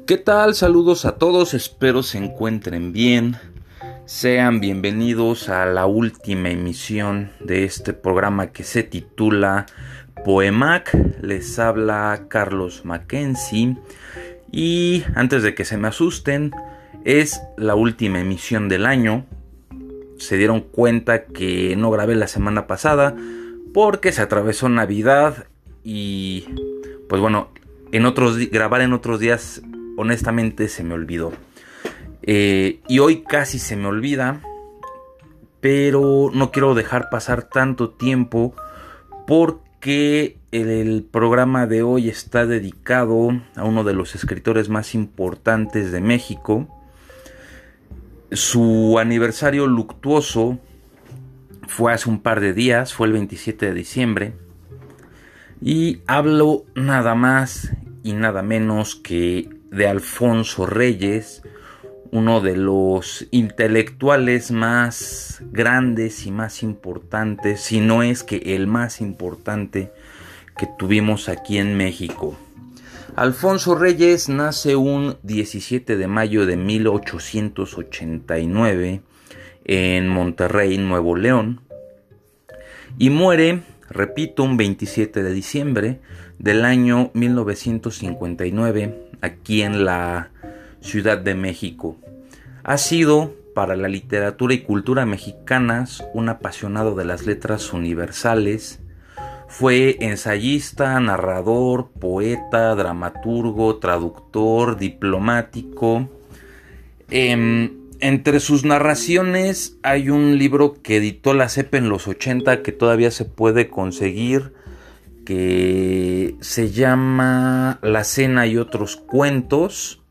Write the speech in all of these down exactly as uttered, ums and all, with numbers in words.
¿Qué tal? Saludos a todos, espero se encuentren bien. Sean bienvenidos a la última emisión de este programa que se titula Poemac. Les habla Carlos Mackenzie y antes de que se me asusten, es la última emisión del año. Se dieron cuenta que no grabé la semana pasada porque se atravesó Navidad y pues bueno, en otros grabar en otros días honestamente se me olvidó. Eh, y hoy casi se me olvida, pero no quiero dejar pasar tanto tiempo porque el, el programa de hoy está dedicado a uno de los escritores más importantes de México. Su aniversario luctuoso fue hace un par de días, fue el veintisiete de diciembre. Y hablo nada más y nada menos que de Alfonso Reyes, uno de los intelectuales más grandes y más importantes, si no es que el más importante que tuvimos aquí en México. Alfonso Reyes nace un diecisiete de mayo de mil ochocientos ochenta y nueve en Monterrey, Nuevo León, y muere, repito, un veintisiete de diciembre del año mil novecientos cincuenta y nueve aquí en la Ciudad de México. Ha sido para la literatura y cultura mexicanas un apasionado de las letras universales. Fue ensayista, narrador, poeta, dramaturgo, traductor, diplomático. Eh, entre sus narraciones hay un libro que editó la C E P en los ochenta que todavía se puede conseguir, que se llama La Cena y otros cuentos.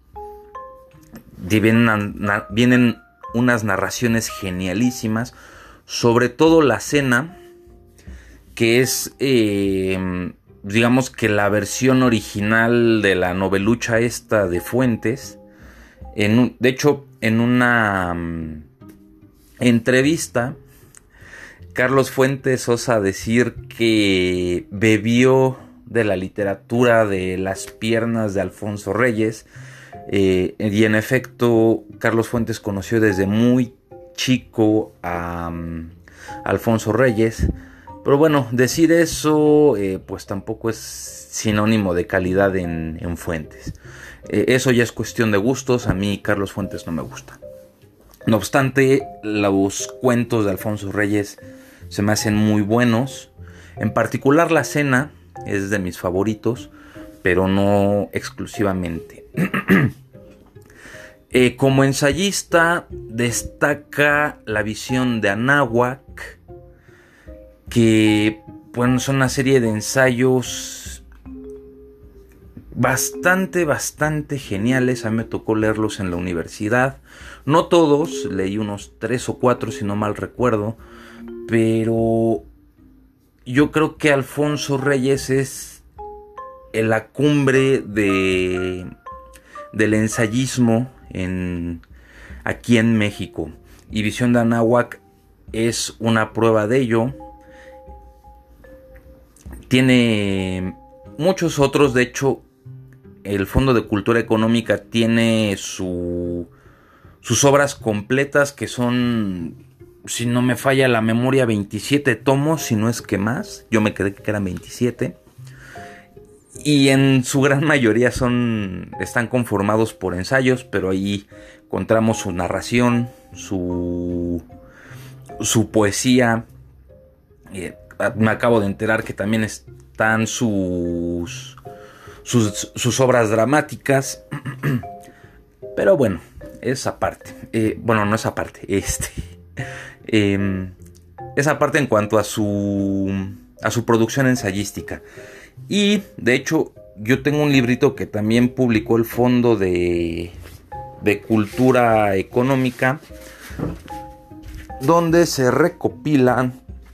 Vienen, vienen unas narraciones genialísimas, sobre todo La Cena, que es eh, digamos que la versión original de la novelucha esta de Fuentes. En un, de hecho, en una um, entrevista, Carlos Fuentes osa decir que bebió de la literatura de las piernas de Alfonso Reyes. Eh, y en efecto, Carlos Fuentes conoció desde muy chico a um, Alfonso Reyes. Pero bueno, decir eso eh, pues tampoco es sinónimo de calidad en, en Fuentes. Eh, eso ya es cuestión de gustos. A mí Carlos Fuentes no me gusta. No obstante, los cuentos de Alfonso Reyes se me hacen muy buenos. En particular La Cena es de mis favoritos, pero no exclusivamente. eh, como ensayista destaca La Visión de Anáhuac, que bueno, son una serie de ensayos bastante, bastante geniales. A mí me tocó leerlos en la universidad. No todos, leí unos tres o cuatro si no mal recuerdo. Pero yo creo que Alfonso Reyes es la cumbre de, del ensayismo en, aquí en México. Y Visión de Anáhuac es una prueba de ello. Tiene muchos otros, de hecho, el Fondo de Cultura Económica tiene su, sus obras completas, que son, si no me falla la memoria, veintisiete tomos, si no es que más. Yo me quedé que eran veintisiete. Y en su gran mayoría son, están conformados por ensayos, pero ahí encontramos su narración, su, su poesía. Eh, me acabo de enterar que también están sus, sus, sus obras dramáticas. Pero bueno, esa parte. Eh, bueno, no esa parte. Este. Eh, esa parte en cuanto a su, a su producción ensayística. Y de hecho, yo tengo un librito que también publicó el Fondo de, de Cultura Económica, donde se recopilan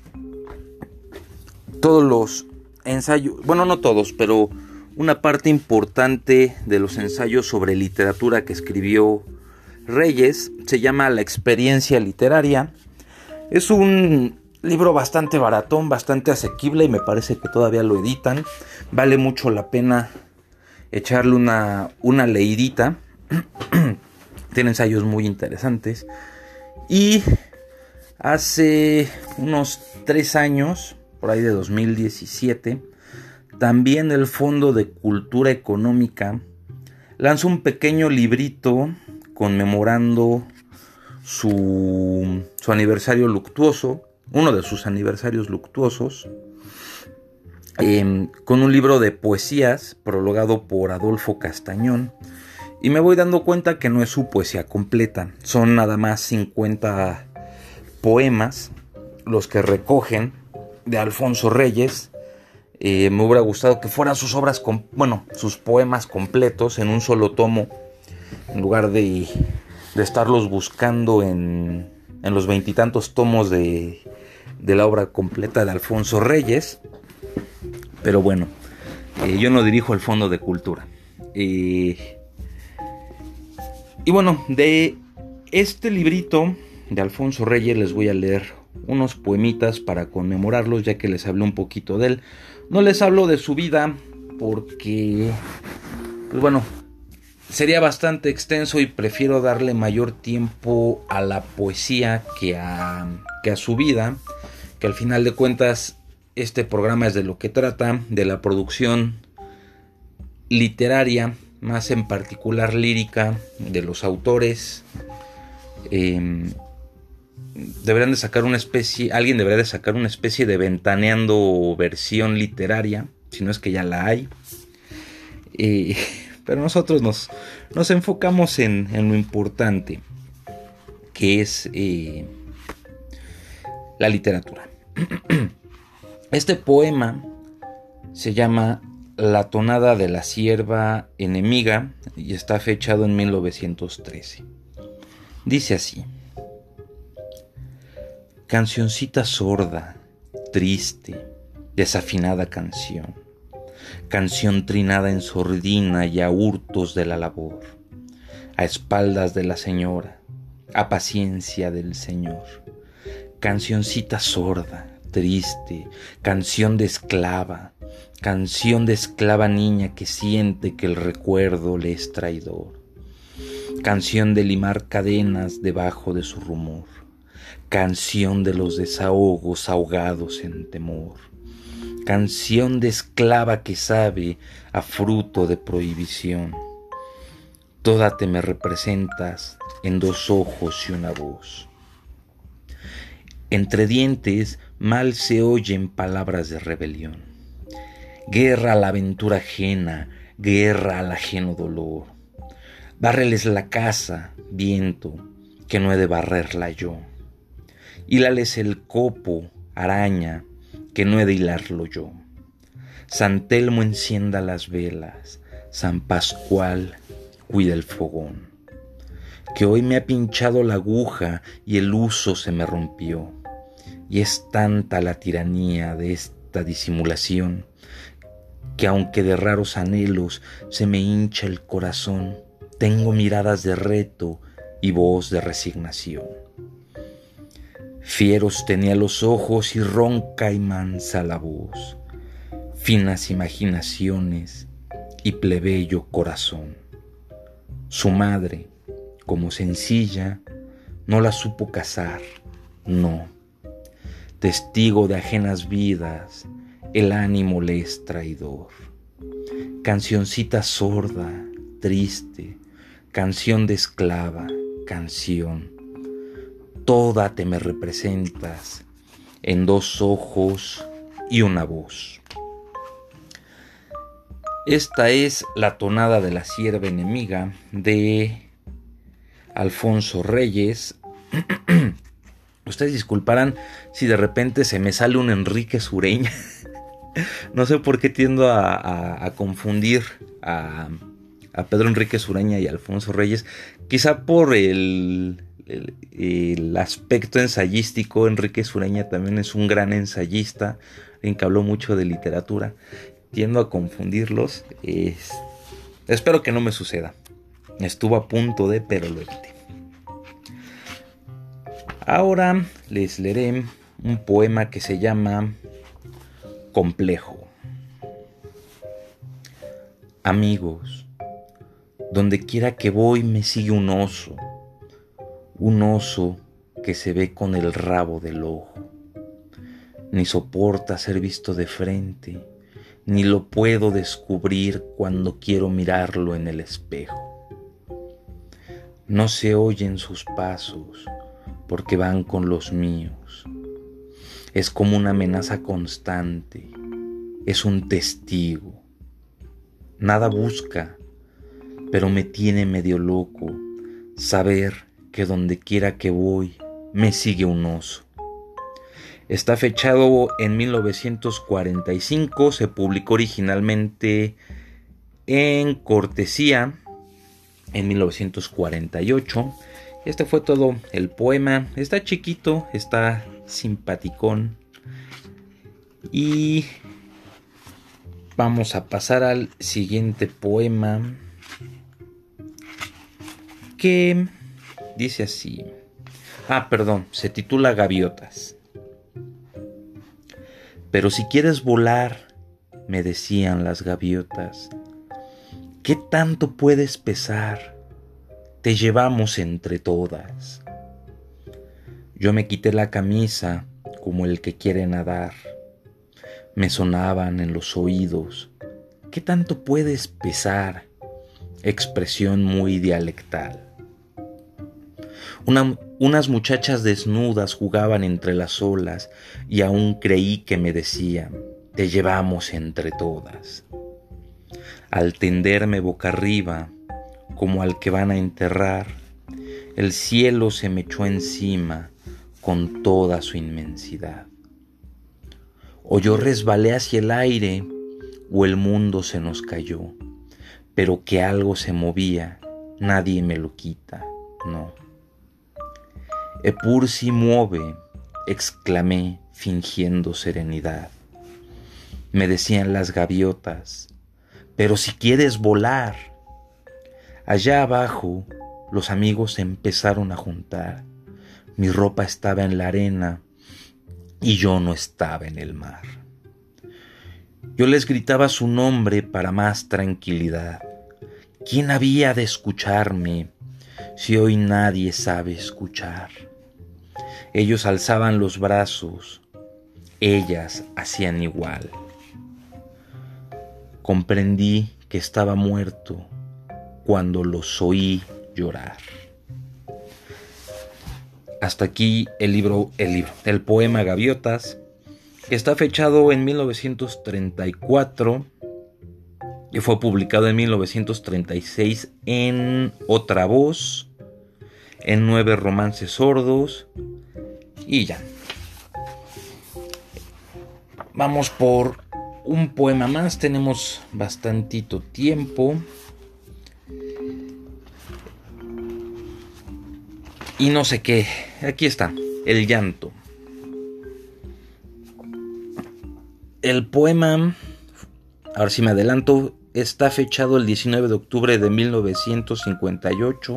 todos los ensayos, bueno, no todos, pero una parte importante de los ensayos sobre literatura que escribió Reyes. Se llama La Experiencia Literaria. Es un libro bastante baratón, bastante asequible, y me parece que todavía lo editan. Vale mucho la pena echarle una, una leidita. Tiene ensayos muy interesantes. Y hace unos tres años, por ahí de dos mil diecisiete, también el Fondo de Cultura Económica lanzó un pequeño librito conmemorando su, su aniversario luctuoso, uno de sus aniversarios luctuosos, eh, con un libro de poesías prologado por Adolfo Castañón. Y me voy dando cuenta que no es su poesía completa, son nada más cincuenta poemas los que recogen de Alfonso Reyes. Eh, me hubiera gustado que fueran sus obras, com- bueno, sus poemas completos en un solo tomo, en lugar de, de estarlos buscando en, en los veintitantos tomos de, de la obra completa de Alfonso Reyes. Pero bueno, eh, yo no dirijo el Fondo de Cultura. Eh, y bueno, de este librito de Alfonso Reyes les voy a leer unos poemitas para conmemorarlos, ya que les hablé un poquito de él. No les hablo de su vida porque, pues bueno, sería bastante extenso y prefiero darle mayor tiempo a la poesía que a, que a su vida, que al final de cuentas este programa es de lo que trata, de la producción literaria, más en particular lírica, de los autores. Eh, deberían de sacar una especie, alguien debería de sacar una especie de ventaneando versión literaria, si no es que ya la hay. Eh, pero nosotros nos, nos enfocamos en, en lo importante, que es eh, la literatura. Este poema se llama La tonada de la cierva enemiga y está fechado en mil novecientos trece. Dice así: cancioncita sorda, triste, desafinada canción, canción trinada en sordina y a hurtos de la labor, a espaldas de la señora, a paciencia del señor. Cancioncita sorda, triste, canción de esclava, canción de esclava niña que siente que el recuerdo le es traidor. Canción de limar cadenas debajo de su rumor. Canción de los desahogos ahogados en temor. Canción de esclava que sabe a fruto de prohibición. Toda te me representas en dos ojos y una voz. Entre dientes mal se oyen palabras de rebelión. Guerra a la aventura ajena, guerra al ajeno dolor. Bárreles la casa, viento, que no he de barrerla yo. Hílales el copo, araña, que no he de hilarlo yo. San Telmo encienda las velas, San Pascual cuida el fogón. Que hoy me ha pinchado la aguja y el huso se me rompió. Y es tanta la tiranía de esta disimulación, que aunque de raros anhelos se me hincha el corazón, tengo miradas de reto y voz de resignación. Fieros tenía los ojos y ronca y mansa la voz, finas imaginaciones y plebeyo corazón. Su madre, como sencilla, no la supo casar, no. Testigo de ajenas vidas, el ánimo le es traidor. Cancioncita sorda, triste, canción de esclava, canción. Toda te me representas en dos ojos y una voz. Esta es la tonada de la cierva enemiga de Alfonso Reyes. Ustedes disculparán si de repente se me sale un Enrique Sureña. No sé por qué tiendo a, a, a confundir a, a Pedro Enrique Sureña y Alfonso Reyes. Quizá por el, el, el aspecto ensayístico. Enrique Sureña también es un gran ensayista, alguien que habló mucho de literatura. Tiendo a confundirlos. Es, espero que no me suceda. Estuvo a punto de, pero lo evité. Ahora les leeré un poema que se llama Complejo. Amigos, donde quiera que voy me sigue un oso, un oso que se ve con el rabo del ojo. Ni soporta ser visto de frente, ni lo puedo descubrir cuando quiero mirarlo en el espejo. No se oyen sus pasos porque van con los míos. Es como una amenaza constante, es un testigo. Nada busca, pero me tiene medio loco saber que donde quiera que voy me sigue un oso. Está fechado en mil novecientos cuarenta y cinco, se publicó originalmente en Cortesía en mil novecientos cuarenta y ocho. Este fue todo el poema. Está chiquito, está simpaticón. Y vamos a pasar al siguiente poema, que dice así. Ah, perdón, se titula Gaviotas. Pero si quieres volar, me decían las gaviotas, ¿qué tanto puedes pesar? Te llevamos entre todas. Yo me quité la camisa como el que quiere nadar. Me sonaban en los oídos, ¿qué tanto puedes pesar? Expresión muy dialectal. Una, unas muchachas desnudas jugaban entre las olas y aún creí que me decían, te llevamos entre todas. Al tenderme boca arriba, como al que van a enterrar, el cielo se me echó encima con toda su inmensidad. O yo resbalé hacia el aire, o el mundo se nos cayó, pero que algo se movía, nadie me lo quita, no. Epur si mueve, exclamé fingiendo serenidad. Me decían las gaviotas, pero si quieres volar. Allá abajo, los amigos se empezaron a juntar. Mi ropa estaba en la arena y yo no estaba en el mar. Yo les gritaba su nombre para más tranquilidad. ¿Quién había de escucharme si hoy nadie sabe escuchar? Ellos alzaban los brazos, ellas hacían igual. Comprendí que estaba muerto cuando los oí llorar. Hasta aquí el libro, el libro, el poema Gaviotas, que está fechado en mil novecientos treinta y cuatro y fue publicado en mil novecientos treinta y seis en Otra Voz, en Nueve Romances Sordos y ya. Vamos por un poema más, tenemos bastantito tiempo. Y no sé qué, aquí está, El llanto. El poema, ahora sí me adelanto, está fechado el diecinueve de octubre de mil novecientos cincuenta y ocho,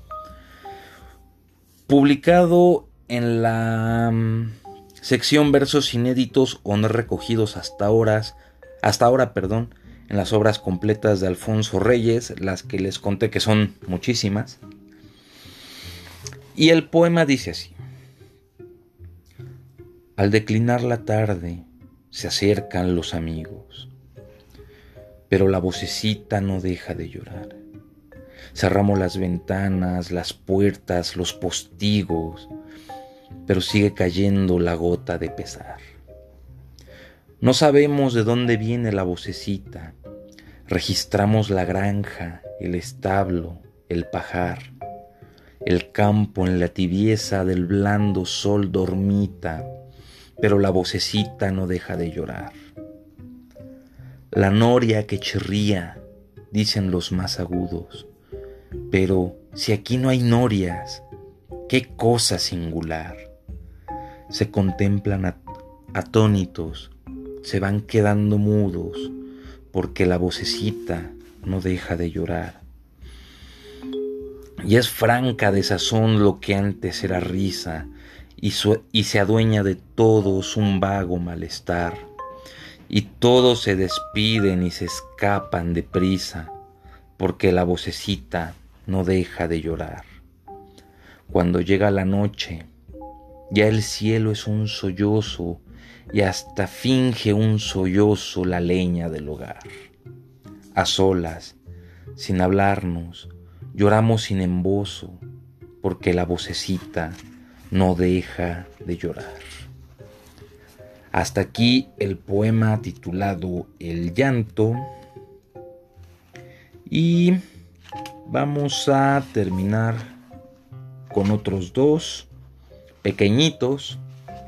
publicado en la um, sección versos inéditos o no recogidos hasta ahora, hasta ahora, perdón, en las obras completas de Alfonso Reyes, las que les conté que son muchísimas. Y el poema dice así. Al declinar la tarde se acercan los amigos, pero la vocecita no deja de llorar. Cerramos las ventanas, las puertas, los postigos, pero sigue cayendo la gota de pesar. No sabemos de dónde viene la vocecita. Registramos la granja, el establo, el pajar. El campo en la tibieza del blando sol dormita, pero la vocecita no deja de llorar. La noria que chirría, dicen los más agudos, pero si aquí no hay norias, qué cosa singular. Se contemplan at- atónitos, se van quedando mudos, porque la vocecita no deja de llorar. Y es franca de sazón lo que antes era risa, y, su- y se adueña de todos un vago malestar. y todos se despiden y se escapan deprisa, porque la vocecita no deja de llorar. Cuando llega la noche, ya el cielo es un sollozo y hasta finge un sollozo la leña del hogar. A solas, sin hablarnos, lloramos sin embozo, porque la vocecita no deja de llorar. Hasta aquí el poema titulado El llanto. Y vamos a terminar con otros dos pequeñitos.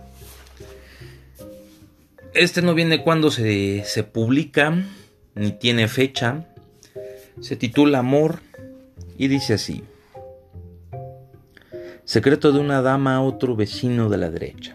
Este no viene cuando se, se publica, ni tiene fecha. Se titula Amor y dice así: secreto de una dama a otro vecino de la derecha.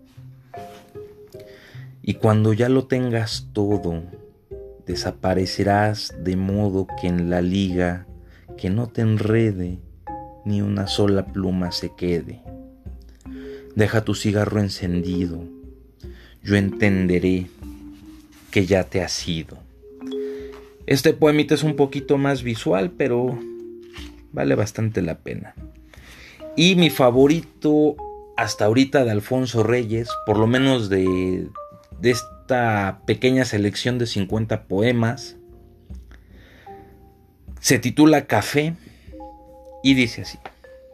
Y cuando ya lo tengas todo, desaparecerás de modo que en la liga que no te enrede ni una sola pluma se quede. Deja tu cigarro encendido, yo entenderé que ya te has ido. Este poemita es un poquito más visual, pero vale bastante la pena. Y mi favorito hasta ahorita de Alfonso Reyes, por lo menos de, de esta pequeña selección de cincuenta poemas, se titula Café y dice así: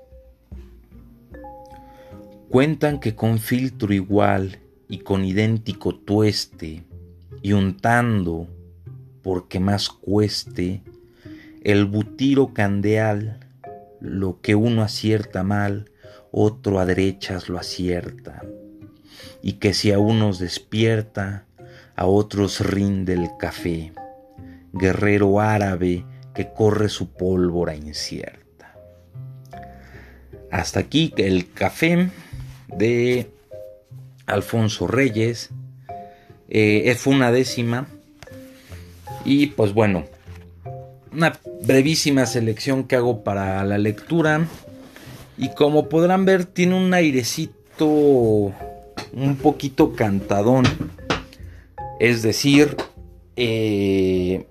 cuentan que con filtro igual y con idéntico tueste, y untando porque más cueste, el butiro candeal, lo que uno acierta mal, otro a derechas lo acierta, y que si a unos despierta, a otros rinde el café, guerrero árabe que corre su pólvora incierta. Hasta aquí el Café de Alfonso Reyes. Eh, fue una décima. Y pues bueno, una brevísima selección que hago para la lectura. Y como podrán ver, tiene un airecito un poquito cantadón. Es decir, eh,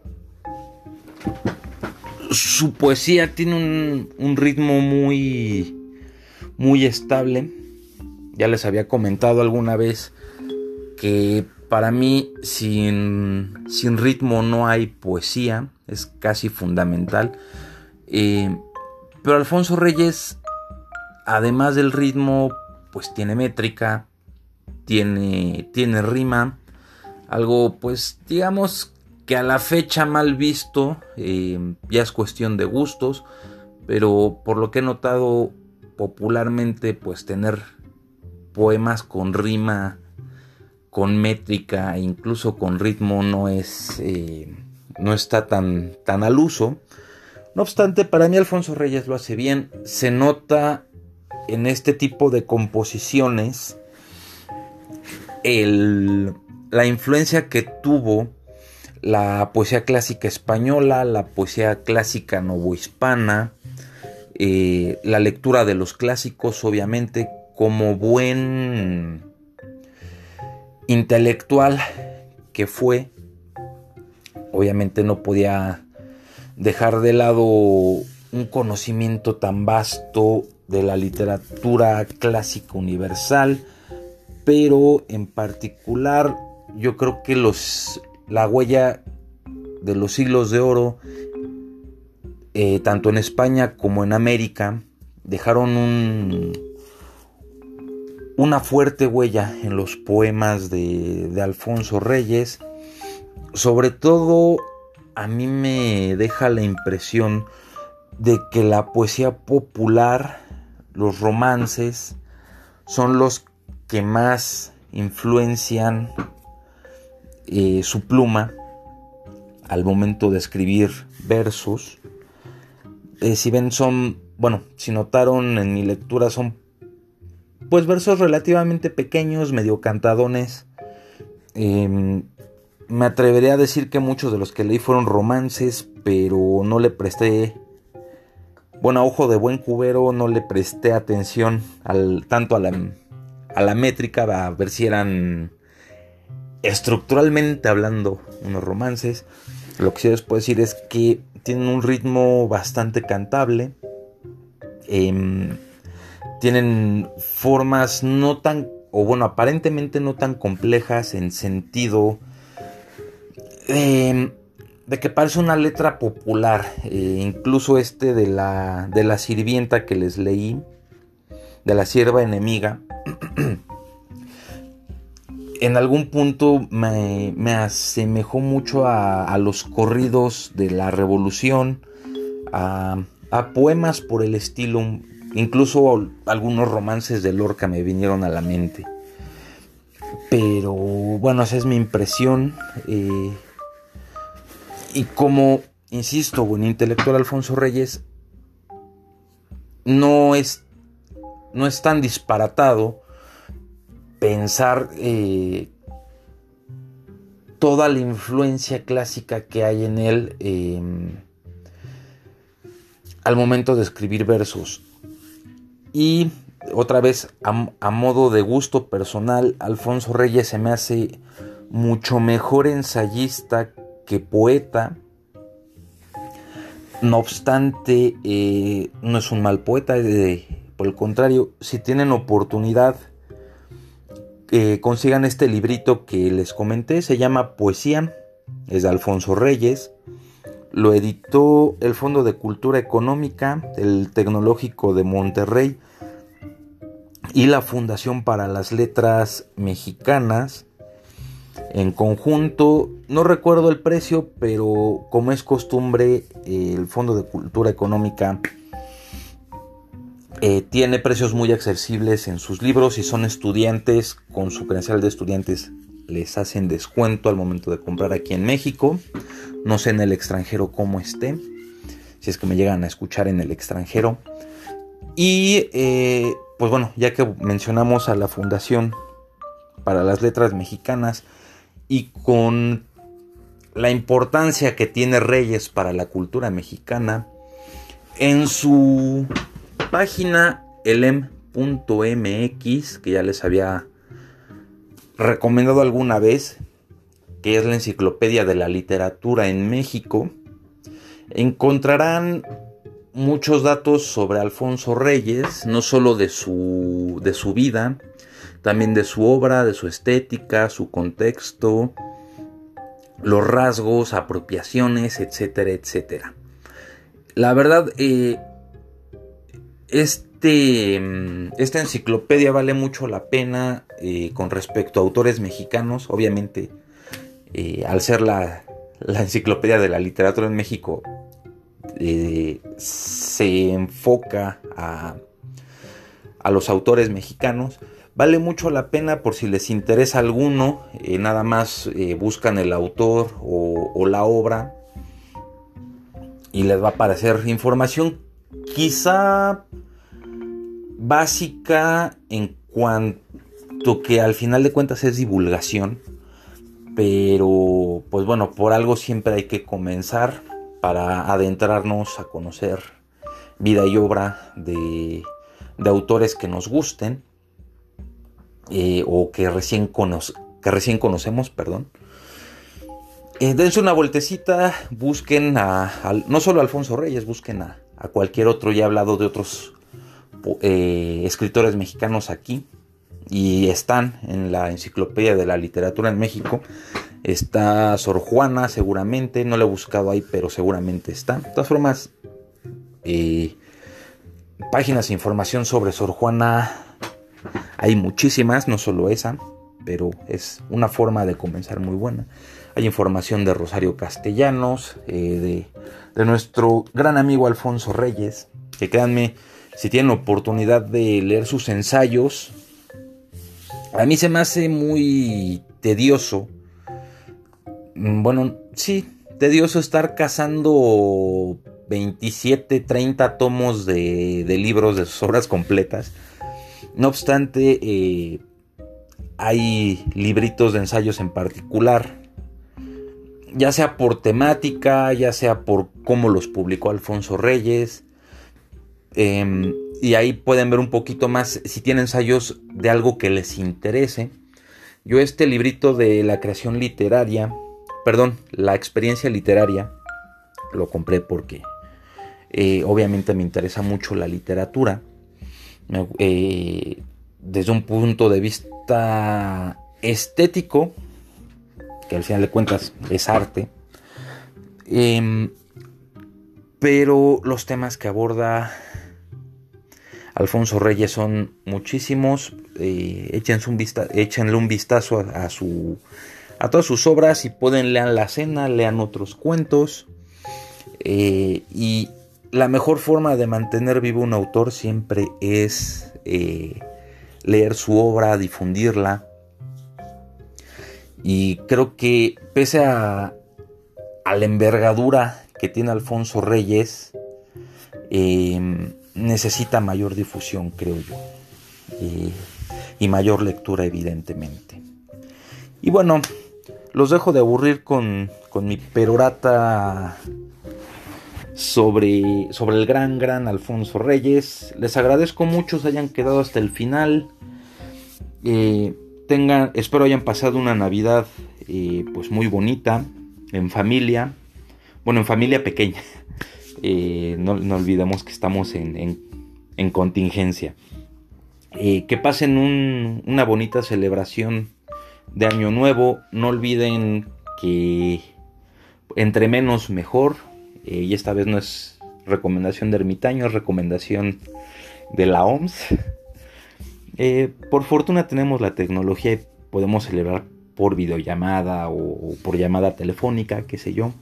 su poesía tiene un, un ritmo muy, muy estable. Ya les había comentado alguna vez que para mí sin, sin ritmo no hay poesía, es casi fundamental. Eh, pero Alfonso Reyes, además del ritmo, pues tiene métrica, tiene, tiene rima, algo pues digamos que a la fecha mal visto, eh, ya es cuestión de gustos, pero por lo que he notado popularmente, pues tener poemas con rima, con métrica e incluso con ritmo no es eh, no está tan, tan al uso. No obstante, para mí Alfonso Reyes lo hace bien. Se nota en este tipo de composiciones el, la influencia que tuvo la poesía clásica española, la poesía clásica novohispana, eh, la lectura de los clásicos, obviamente, como buen intelectual que fue, obviamente no podía dejar de lado un conocimiento tan vasto de la literatura clásica universal, pero en particular yo creo que los, la huella de los siglos de oro, eh, tanto en España como en América, dejaron un una fuerte huella en los poemas de, de Alfonso Reyes. Sobre todo a mí me deja la impresión de que la poesía popular, los romances, son los que más influencian eh, su pluma al momento de escribir versos. Eh, si ven, son, bueno, si notaron en mi lectura, son pues versos relativamente pequeños, medio cantadones. Eh, me atrevería a decir que muchos de los que leí fueron romances, pero no le presté, bueno, a ojo de buen cubero, no le presté atención al, tanto a la, a la métrica, a ver si eran estructuralmente hablando, unos romances. Lo que sí les puedo decir es que tienen un ritmo bastante cantable. Eh, tienen formas no tan, o bueno, aparentemente no tan complejas en sentido eh, de que parece una letra popular. Eh, incluso este de la, de la sirvienta que les leí, de la sierva enemiga, en algún punto me, me asemejó mucho a, a los corridos de la Revolución, a, a poemas por el estilo, incluso algunos romances de Lorca me vinieron a la mente. Pero bueno, esa es mi impresión. Eh, y como, insisto, buen intelectual Alfonso Reyes no es, no es tan disparatado pensar eh, toda la influencia clásica que hay en él eh, al momento de escribir versos. Y otra vez, a, a modo de gusto personal, Alfonso Reyes se me hace mucho mejor ensayista que poeta. No obstante, eh, no es un mal poeta, eh, por el contrario, si tienen oportunidad, Eh, consigan este librito que les comenté, se llama Poesía, es de Alfonso Reyes, lo editó el Fondo de Cultura Económica, el Tecnológico de Monterrey y la Fundación para las Letras Mexicanas. En conjunto, no recuerdo el precio, pero como es costumbre, el Fondo de Cultura Económica Eh, tiene precios muy accesibles en sus libros. Si son estudiantes, con su credencial de estudiantes les hacen descuento al momento de comprar aquí en México. No sé en el extranjero cómo esté, si es que me llegan a escuchar en el extranjero. Y eh, pues bueno, ya que mencionamos a la Fundación para las Letras Mexicanas y con la importancia que tiene Reyes para la cultura mexicana, en su página elem punto mx, que ya les había recomendado alguna vez, que es la enciclopedia de la literatura en México, encontrarán muchos datos sobre Alfonso Reyes, no solo de su, de su vida, también de su obra, de su estética, su contexto, los rasgos, apropiaciones, etcétera, etcétera. La verdad, eh, Este, esta enciclopedia vale mucho la pena eh, con respecto a autores mexicanos. Obviamente, eh, al ser la, la enciclopedia de la literatura en México, eh, se enfoca a, a los autores mexicanos. Vale mucho la pena por si les interesa alguno. Eh, nada más eh, buscan el autor o, o la obra y les va a aparecer información quizá básica en cuanto que al final de cuentas es divulgación, pero pues bueno, por algo siempre hay que comenzar para adentrarnos a conocer vida y obra de, de autores que nos gusten eh, o que recién, cono- que recién conocemos, perdón. Eh, dense una vueltecita, busquen a, a no solo a Alfonso Reyes, busquen a, a cualquier otro. Ya he hablado de otros eh, escritores mexicanos aquí y están en la enciclopedia de la literatura en México. Está Sor Juana, seguramente, no lo he buscado ahí, pero seguramente está. De todas formas, eh, páginas de información sobre Sor Juana hay muchísimas, no solo esa, pero es una forma de comenzar muy buena. Hay información de Rosario Castellanos, eh, de, de nuestro gran amigo Alfonso Reyes, que créanme, si tienen oportunidad de leer sus ensayos, a mí se me hace muy tedioso, bueno, sí, tedioso estar cazando veintisiete, treinta tomos de, de libros de sus obras completas. No obstante, eh, hay libritos de ensayos en particular, ya sea por temática, ya sea por cómo los publicó Alfonso Reyes, eh, y ahí pueden ver un poquito más si tienen ensayos de algo que les interese. Yo este librito de la creación literaria, perdón, la experiencia literaria, lo compré porque eh, obviamente me interesa mucho la literatura. Eh, desde un punto de vista estético, que al final de cuentas es arte, eh, pero los temas que aborda Alfonso Reyes son muchísimos. Eh, échenle, un vista, échenle un vistazo a, a, su, a todas sus obras. Si pueden, lean La Cena, lean otros cuentos. Eh, y la mejor forma de mantener vivo un autor siempre es eh, leer su obra, difundirla. Y creo que pese a, a la envergadura que tiene Alfonso Reyes, eh, necesita mayor difusión, creo yo, eh, y mayor lectura, evidentemente. Y bueno, los dejo de aburrir con, con mi perorata sobre, sobre el gran, gran Alfonso Reyes. Les agradezco mucho que hayan quedado hasta el final. Eh, tengan, espero hayan pasado una Navidad eh, pues muy bonita, en familia, bueno, en familia pequeña. Eh, no, no olvidemos que estamos en, en, en contingencia. Eh, que pasen un, una bonita celebración de Año Nuevo. No olviden que entre menos mejor. Eh, y esta vez no es recomendación de ermitaño, es recomendación de la O M S. Eh, por fortuna tenemos la tecnología y podemos celebrar por videollamada o, o por llamada telefónica, qué sé yo.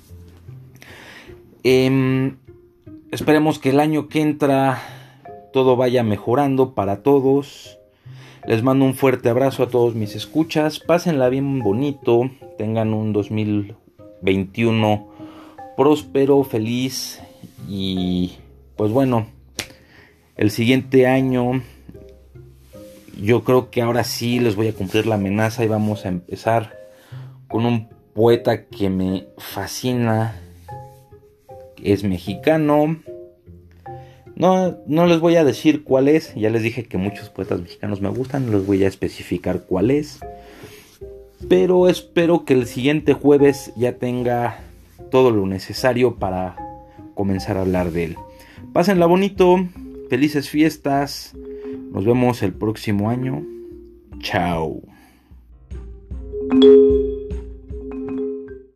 Eh, esperemos que el año que entra todo vaya mejorando para todos. Les mando un fuerte abrazo a todos mis escuchas. Pásenla bien bonito. Tengan un dos mil veintiuno próspero, feliz. Y pues bueno, el siguiente año yo creo que ahora sí les voy a cumplir la amenaza y vamos a empezar con un poeta que me fascina. Es mexicano. No, no les voy a decir cuál es. Ya les dije que muchos poetas mexicanos me gustan. No les voy a especificar cuál es. Pero espero que el siguiente jueves ya tenga todo lo necesario para comenzar a hablar de él. Pásenla bonito. Felices fiestas. Nos vemos el próximo año. Chao.